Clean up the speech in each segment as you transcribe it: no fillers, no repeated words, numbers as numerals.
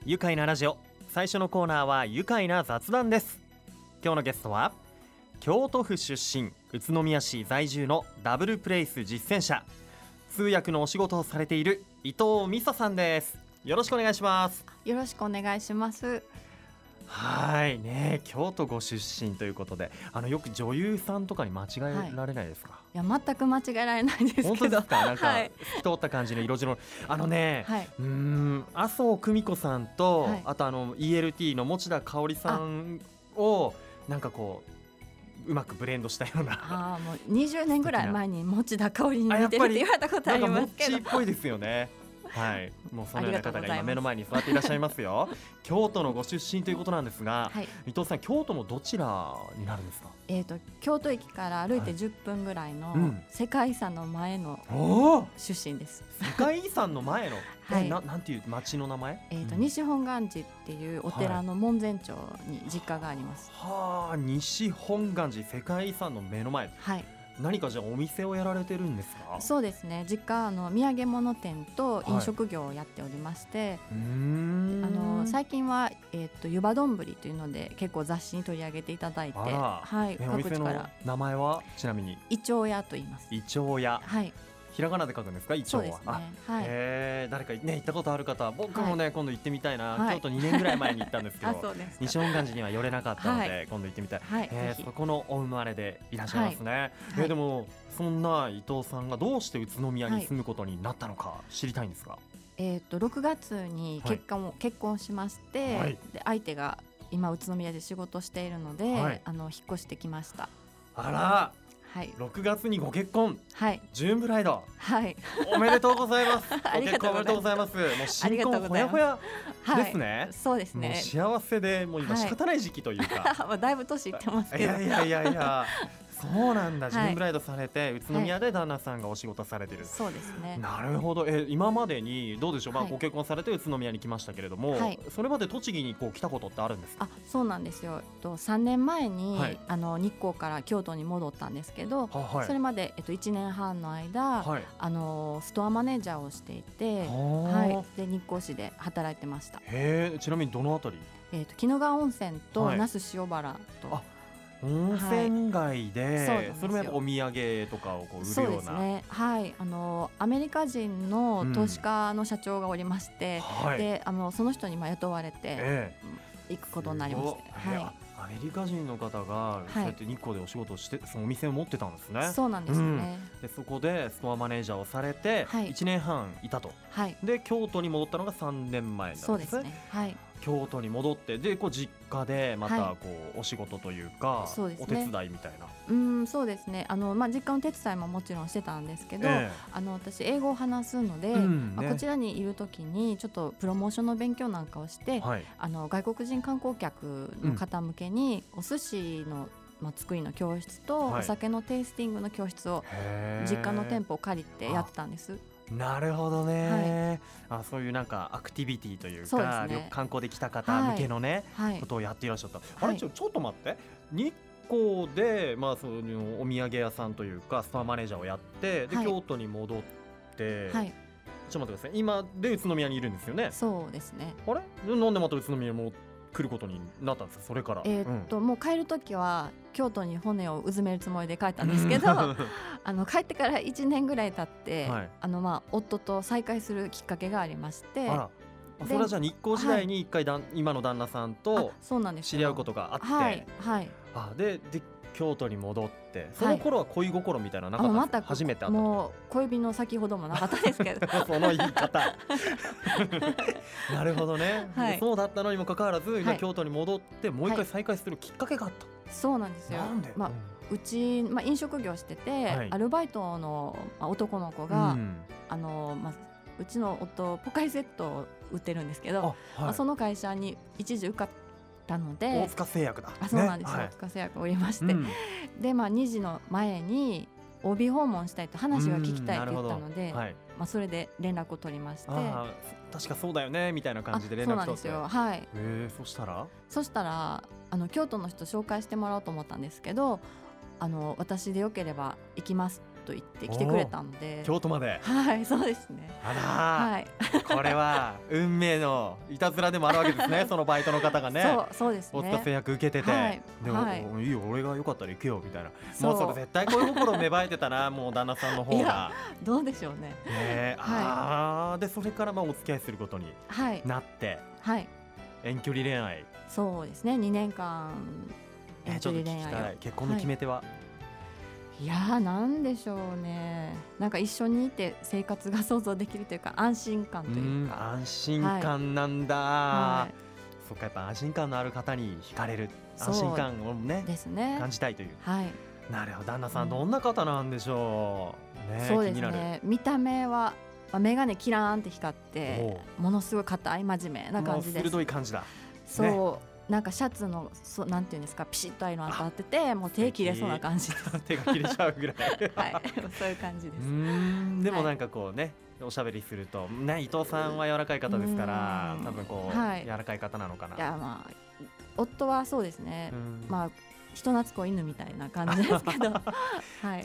愉快なラジオ、最初のコーナーは愉快な雑談です。今日のゲストは京都府出身、宇都宮市在住のダブルプレイス実践者、通訳のお仕事をされている伊藤美沙さんです。よろしくお願いします。 よろしくお願いします。 はいね、京都ご出身ということで、よく女優さんとかに間違えられないですか？ いや、全く間違えられないですけど。 本当ですか？なんか、 はい、 透き通った感じの色白のはい、 麻生久美子さんと、 はい、 あとELT の持田香織さんをなんかこうまくブレンドしたようなもう20年ぐらい前に持田香織に似てるって言われたことありますけど、 なんかモッチーっぽいですよね。はい、もうそのような方が今目の前に座っていらっしゃいますよ。京都のご出身ということなんですが、 はい、 伊藤さん、京都のどちらになるんですか？ 京都駅から歩いて10分ぐらいの世界遺産の前の出身です。 世界遺産の前のはい、 なんていう町の名前？ 西本願寺っていうお寺の門前町に実家があります。 はあ、西本願寺、世界遺産の目の前。 はい、 何かじゃあお店をやられてるんですか？ そうですね、実家土産物店と飲食業をやっておりまして、最近は、湯葉丼というので結構雑誌に取り上げていただいて、はい、 お店の名前はちなみにイチョウ屋と言います。 イチョウ屋、 はい、 ひらがなで書くんですか？イチョウは。 そうですね、はい、 誰かね行ったことある方、僕もね、今度行ってみたいな、 はい、 京都2年ぐらい前に行ったんですけどそうですか。 西本願寺には寄れなかったので、 はい、 今度行ってみたい、 はい、 そこのお生まれでいらっしゃいますね。 はい、 でもそんな伊藤さんがどうして宇都宮に住むことになったのか知りたいんですが、 6月に結婚しまして、 はい、 で相手が今宇都宮で仕事しているので、 はい、 引っ越してきました。 あら、 はい、 6月にご結婚、 はい、 ジューンブライド、 はい、 おめでとうございます。 ありがとうございます。 ご結婚おめでとうございます。もう新婚ほやほやですね。 はい、そうですね。 もう幸せでもう今仕方ない時期というか、 だいぶ年いってますけど。 いやそうなんだ、ジューンブライドされて、宇都宮で旦那さんがお仕事されてる。 そうですね。 なるほど。今までにどうでしょう、ご結婚されて宇都宮に来ましたけれども、それまで栃木に来たことってあるんですか？ そうなんですよ。3年前に、日光から京都に戻ったんですけど、それまで、1年半の間、ストアマネージャーをしていて、で日光市で働いてました。 ちなみにどのあたり？ 鬼怒川温泉と那須塩原と。 温泉街で、それもやっぱお土産とかをこう売るような。 そうですね、はい、アメリカ人の投資家の社長がおりまして、でその人に雇われて行くことになりまして、 アメリカ人の方がそうやって日光でお仕事をして、そのお店を持ってたんですね。 そうなんですね。 でそこでストアマネージャーをされて1年半いたと。で京都に戻ったのが3年前なんですね。 そうですね、はい、 京都に戻って、で実家でまたお仕事というか、お手伝いみたいな。 そうですね、実家の手伝いももちろんしてたんですけど、私英語を話すので、こちらにいる時にちょっとプロモーションの勉強なんかをして、外国人観光客の方向けにお寿司の作りの教室とお酒のテイスティングの教室を実家の店舗を借りてやってたんです。 なるほどね、そういうなんかアクティビティというか、観光で来た方向けのね、ことをやっていらっしゃった。あれ、ちょっと待って、日光で、そういうお土産屋さんというかストアマネージャーをやって、で京都に戻って、ちょっと待ってください、今で宇都宮にいるんですよね。 そうですね。 あれ、なんでまた宇都宮に来ることになったんですか？それから。 もう帰るときは京都に骨をうずめるつもりで帰ったんですけど帰ってから1年ぐらい経って、夫と再会するきっかけがありまして。 それはじゃあ日光時代に一回今の旦那さんと知り合うことがあって、で京都に戻って、その頃は恋心みたいなのなかったんですか？初めて会った時。 もう小指の先ほどもなかったですけどその言い方なるほどね、そうだったのにもかかわらず今京都に戻ってもう一回再会するきっかけがあった。 そうなんですよ。 なんで？ うち、飲食業してて、アルバイトの男の子が、うちの夫ポカリセットを売ってるんですけど、その会社に一時受かったので、 大塚製薬だ。 そうなんですよ、大塚製薬おりまして、で2時の前に帯訪問したいと、話が聞きたいって言ったので、それで連絡を取りまして、 確かそうだよねみたいな感じで連絡取って。そうなんですよ。 そしたら京都の人紹介してもらおうと思ったんですけど、私でよければ行きますと言って来てくれたので。 京都まで。 はい、そうですね。 あら、 はい、 これは運命のいたずらでもあるわけですねそのバイトの方がね。 そうですね。 大塚製薬受けてて、 はい、 でも、はい、いいよ俺がよかったら行くよみたいな。もうそれ絶対恋心芽生えてたなもう旦那さんの方が。 どうでしょうね。 はい、でそれからお付き合いすることになって、はい、遠距離恋愛。 そうですね、2年間遠距離恋愛。 ちょっと聞きたい。結婚の決め手は？ いやなんでしょうね。なんか一緒にいて生活が想像できるというか安心感というか。 安心感なんだ、はい、そっか、やっぱ安心感のある方に惹かれる、安心感をねですね、 感じたいという、 はい、 なるほど。旦那さんどんな方なんでしょう、ね、 そうですね。見た目は眼鏡キラーンって光ってものすごい硬い真面目な感じです。 鋭い感じだ。 そう、ね、なんかシャツのなんていうんですか、ピシッとアイロン当たっててもう手切れそうな感じです。 手が切れちゃうぐらいはい、そういう感じです。 でもなんかこうね、おしゃべりするとね、伊藤さんは柔らかい方ですから多分こう、はい、柔らかい方なのかな。 いやまあ夫はそうですね、まあ人懐っこい犬みたいな感じですけどはい、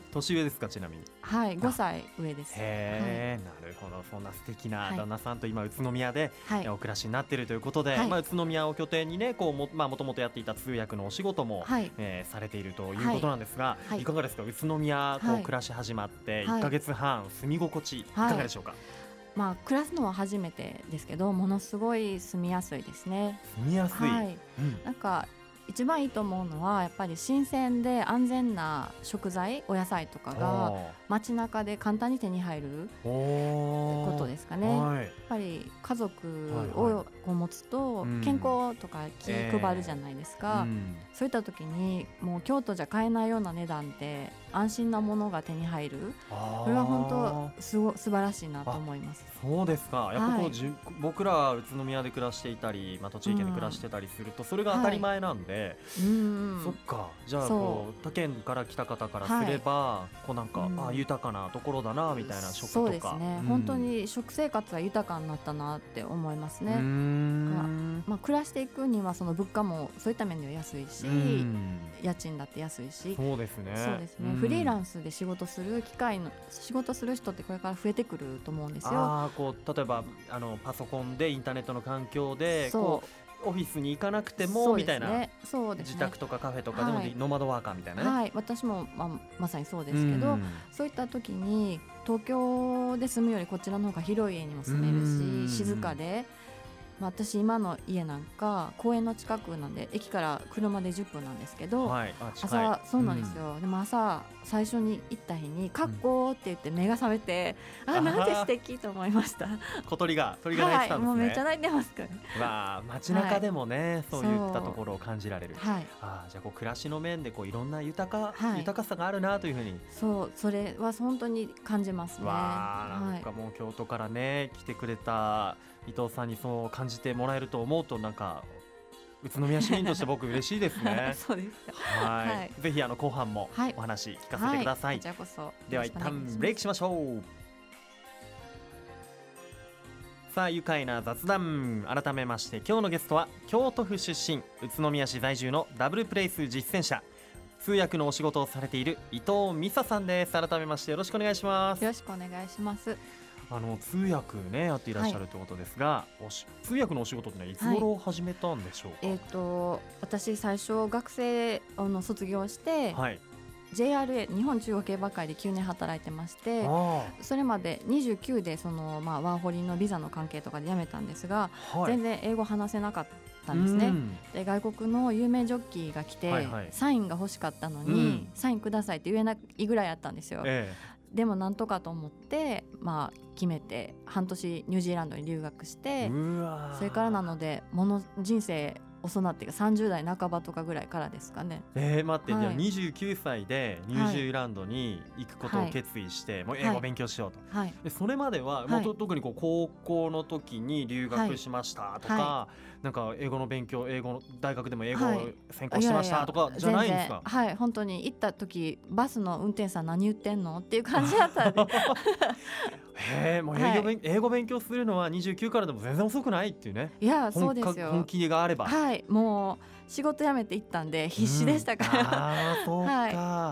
年上ですかちなみに？はい、 5歳上です。 へー、なるほど。そんな素敵な旦那さんと今宇都宮でお暮らしになっているということで、宇都宮を拠点にねこうもともとやっていた通訳のお仕事もされているということなんですが、いかがですか？宇都宮こう暮らし始まって1ヶ月半、住み心地いかがでしょうか？ まあ、暮らすのは初めてですけどものすごい住みやすいですね。 住みやすい、 なんか一番いいと思うのはやっぱり新鮮で安全な食材、お野菜とかが街中で簡単に手に入ることですかね。やっぱり家族を持つと健康とか気配るじゃないですか、そういった時にもう京都じゃ買えないような値段で安心なものが手に入る、これは本当素晴らしいなと思います。 そうですか。やっぱこう、僕らは宇都宮で暮らしていたり、栃木県で暮らしてたりするとそれが当たり前なんで、そっか。じゃあこう他県から来た方からすれば、こうなんか豊かなところだなみたいな食とか。 そうですね、本当に食生活は豊かになったなって思いますね。暮らしていくにはその物価もそういった面では安いし、家賃だって安いし。 そうですね。 フリーランスで仕事する人ってこれから増えてくると思うんですよ。 こう例えばパソコンでインターネットの環境でこうオフィスに行かなくてもみたいな、自宅とかカフェとかでもノマドワーカーみたいなね。はい、私もまさにそうですけど、そういった時に東京で住むよりこちらの方が広い家にも住めるし静かで、私今の家なんか公園の近くなんで駅から車で10分なんですけど、朝そうなんですよ。でも朝最初に行った日にカッコーって言って目が覚めて、なんて素敵と思いました。 小鳥が鳴いてたんですね。 もうめっちゃ鳴いてますからね。 街中でもね、そういったところを感じられる。じゃあこう暮らしの面でこういろんな豊かさがあるなというふうに。それは本当に感じますね。 なんかもう京都からね来てくれた伊藤さんにそう感じてもらえると思うとなんか宇都宮市民として僕嬉しいですね。 そうです。 ぜひ後半もお話聞かせてください。 こちらこそ。 では一旦ブレイクしましょう。さあ愉快な雑談、改めまして今日のゲストは京都府出身、宇都宮市在住のダブルプレイス実践者、通訳のお仕事をされている伊藤美沙さんです。改めましてよろしくお願いします。 よろしくお願いします。 通訳ねやっていらっしゃるということですが、通訳のお仕事っていつ頃始めたんでしょうか？ 私最初学生卒業して、JRA 日本中央競馬会で9年働いてまして、それまで29でワーホリのビザの関係とかで辞めたんですが、全然英語話せなかったんですね。で外国の有名ジョッキーが来て、サインが欲しかったのに、サインくださいって言えないぐらいあったんですよ。でもなんとかと思って、決めて半年ニュージーランドに留学して、それからなので人生遅なっていうか30代半ばとかぐらいからですかね。 待って、じゃあ29歳でニュージーランドに行くことを決意して、もう英語勉強しようと、でそれまでは、特にこう高校の時に留学しましたとか、なんか英語の大学でも英語を専攻してましたとかじゃないんですか？ 本当に行った時バスの運転手さん何言ってんのっていう感じだったんでもう英語勉強するのは29からでも全然遅くないっていうね。 いやそうですよ。 本気があれば。 もう仕事辞めて行ったんで必死でしたから。 そうか。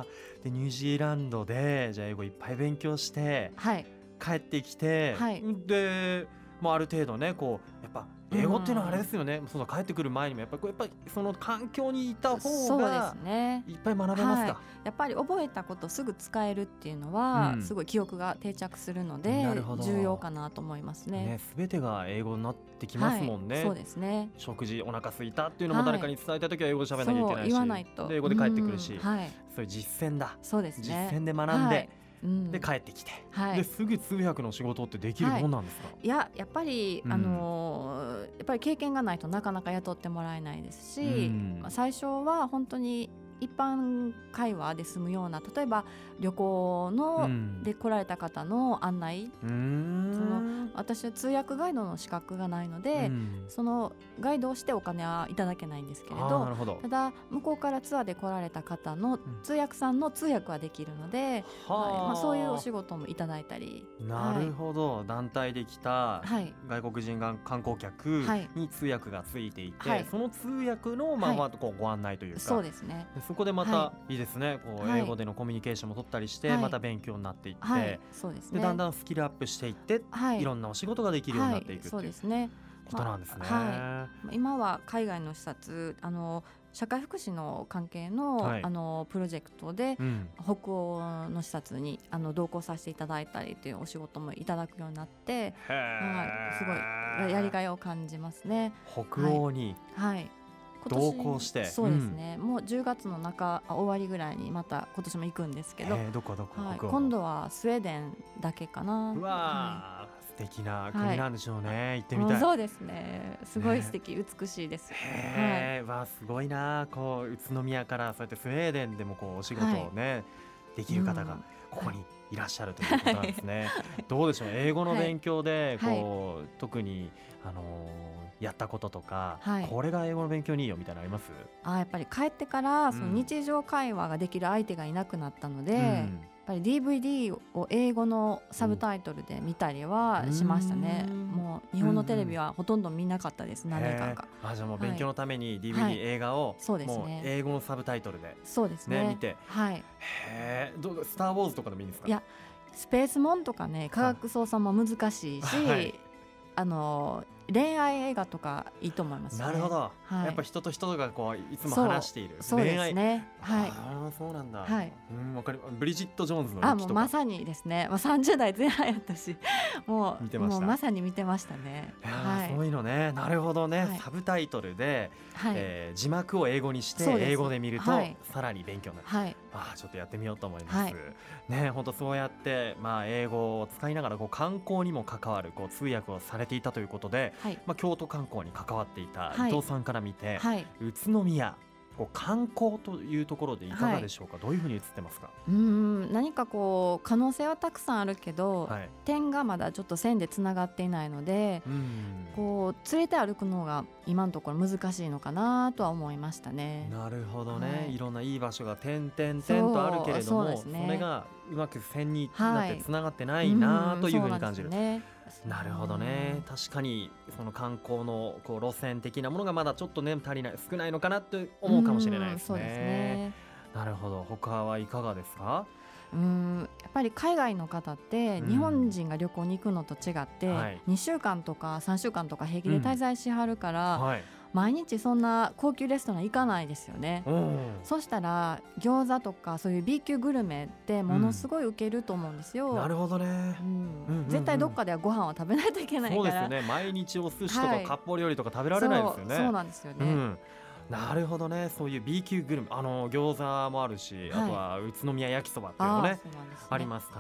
でニュージーランドでじゃあ英語いっぱい勉強して、帰ってきて、で、ある程度ねこうやっぱ英語っていうのはあれですよね、その帰ってくる前にもやっぱりその環境にいた方がいっぱい学べますか。 やっぱり覚えたことすぐ使えるっていうのは、すごい記憶が定着するので重要かなと思いますね。 全てが英語になってきますもんね。 そうですね。 食事お腹空いたっていうのも誰かに伝えたいときは英語で喋らなきゃいけないし、 そう言わないとで英語で帰ってくるし、そういう実践だ。 そうですね。 実践で学んで、で帰ってきて、ですぐ通訳の仕事ってできるもんなんですか。 やっぱりやっぱり経験がないとなかなか雇ってもらえないですし、最初は本当に一般会話で済むような、例えば旅行の、で来られた方の案内、私は通訳ガイドの資格がないので、そのガイドをしてお金はいただけないんですけれど、ただ向こうからツアーで来られた方の通訳さんの通訳はできるので、そういうお仕事もいただいたり。 なるほど、団体で来た外国人観光客に通訳がついていて、その通訳のご案内というか、 そうですね。 そこでまたいいですね、こう英語でのコミュニケーションも取ったりして、また勉強になっていって、でだんだんスキルアップしていって、いろんなお仕事ができるようになっていくっていうことなんですね。 今は海外の視察、社会福祉の関係の、プロジェクトで、北欧の視察に同行させていただいたりというお仕事もいただくようになって、すごいやりがいを感じますね。 北欧に、同行して、 そうですね、もう10月の終わりぐらいにまた今年も行くんですけど、今度はスウェーデンだけかな。 うわ、素敵な国なんでしょうね。行ってみたい。 そうですね、すごい素敵、美しいです。 わ、すごいな。こう宇都宮からそうやってスウェーデンでもこうお仕事をね、できる方がここにいらっしゃるということなんですね。どうでしょう、英語の勉強でこう、特にやったこととか、これが英語の勉強にいいよみたいなのあります？ やっぱり帰ってからその日常会話ができる相手がいなくなったので、やっぱり DVD を英語のサブタイトルで見たりはしましたね。もう日本のテレビはほとんど見なかったです、何年間か。 じゃあもう勉強のために DVD、映画をもう英語のサブタイトルで見て、スター・ウォーズとかでもいいんですか？ いや、スペースモンとかね、科学捜査も難しいし、恋愛映画とかいいと思いますね。 なるほど、やっぱ人と人がこういつも話しているそうですね。 そうなんだ。わかります。ブリジット・ジョーンズの日記とか。 まさにですね、30代前半やったし、もうまさに見てましたね。 そういうのね。なるほどね。サブタイトルで字幕を英語にして英語で見るとさらに勉強になる。ちょっとやってみようと思いますね。本当そうやって英語を使いながらこう観光にも関わるこう通訳をされていたということで、京都観光に関わっていた伊藤さんから見て、宇都宮こう観光というところでいかがでしょうか。どういうふうに映ってますか？ 何かこう可能性はたくさんあるけど、点がまだちょっと線でつながっていないので、こう連れて歩くのが今のところ難しいのかなとは思いましたね。 なるほどね。いろんないい場所が点々点とあるけれども、それがうまく線になってつながってないなというふうに感じる。なるほどね。確かにその観光のこう路線的なものがまだちょっとね足りない、少ないのかなと思うかもしれないですね。なるほど。他はいかがですか？ やっぱり海外の方って日本人が旅行に行くのと違って、2週間とか3週間とか平気で滞在しはるから、毎日そんな高級レストラン行かないですよね。そしたら餃子とかそういう B 級グルメってものすごい受けると思うんですよ。 なるほどね。 絶対どっかではご飯は食べないといけないから。 そうですよね。毎日お寿司とか割烹料理とか食べられないですよね。 そうなんですよね。 なるほどね。そういう B 級グルメ、餃子もあるし、あとは宇都宮焼きそばっていうのね、ありますから、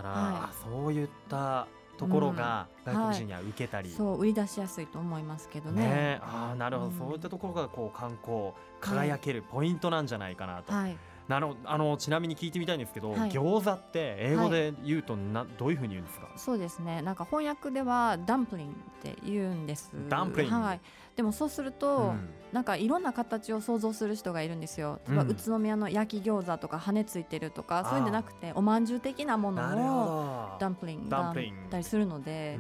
そういったところが外国人には受けたり、 そう売り出しやすいと思いますけどね。 なるほど。そういったところがこう観光輝けるポイントなんじゃないかなと。ちなみに聞いてみたいんですけど、餃子って英語で言うとどういうふうに言うんですか？ そうですね、なんか翻訳ではダンプリンって言うんです。 ダンプリン、 でもそうすると、なんかいろんな形を想像する人がいるんですよ。例えば宇都宮の焼き餃子とか羽ついてるとか、そういうんじゃなくておまんじゅう的なものをダンプリンだったりするので、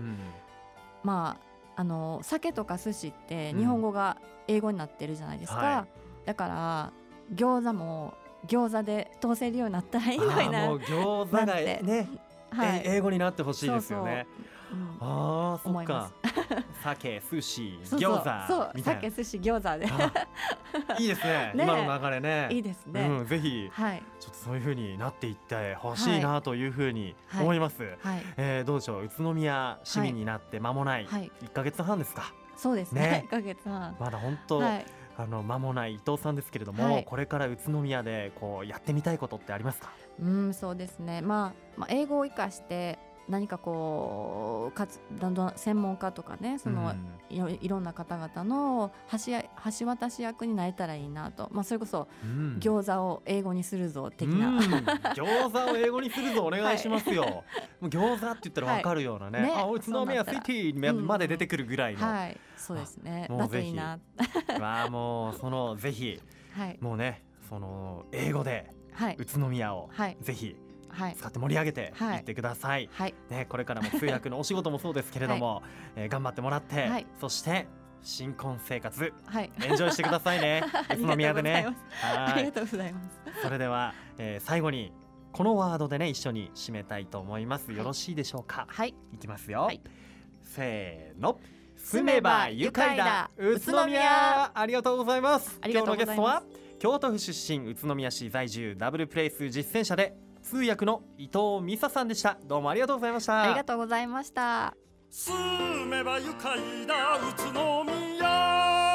酒とか寿司って日本語が英語になってるじゃないですか。だから餃子も餃子で通せるようになったらいいのにな。 もう餃子がね、はい、英語になってほしいですよね。ああ、そっか。鮭、寿司、餃子みたいな。 鮭、寿司、餃子でいいですね。今の流れね。 いいですね。 ぜひちょっとそういう風になっていってほしいなという風に思います。どうでしょう。宇都宮市民になって間もない1ヶ月半ですか。 そうですね。1ヶ月半。 まだ本当間もない伊藤さんですけれども、これから宇都宮でこうやってみたいことってありますか？ そうですね。まあ英語を生かして何かこうだんだん専門家とかね、そのいろんな方々の橋渡し役になれたらいいなと。それこそ餃子を英語にするぞ的な、 餃子を英語にするぞお願いしますよ。もう餃子って言ったら分かるようなね、宇都宮シティまで出てくるぐらいの、 そうですね。だといいな。 もうそのぜひもうね、その英語で宇都宮をぜひ使って盛り上げていってください。これからも通訳のお仕事もそうですけれども、頑張ってもらって、そして新婚生活エンジョイしてくださいね。宇都宮でね。 ありがとうございます。 それでは最後にこのワードでね一緒に締めたいと思います。よろしいでしょうか？いきますよ。せーの。住めば愉快だ宇都宮。ありがとうございます。今日のゲストは京都府出身、宇都宮市在住、ダブルプレイス実践者で通訳の伊藤美沙さんでした。どうもありがとうございました。 ありがとうございました。 住めば愉快だ宇都宮。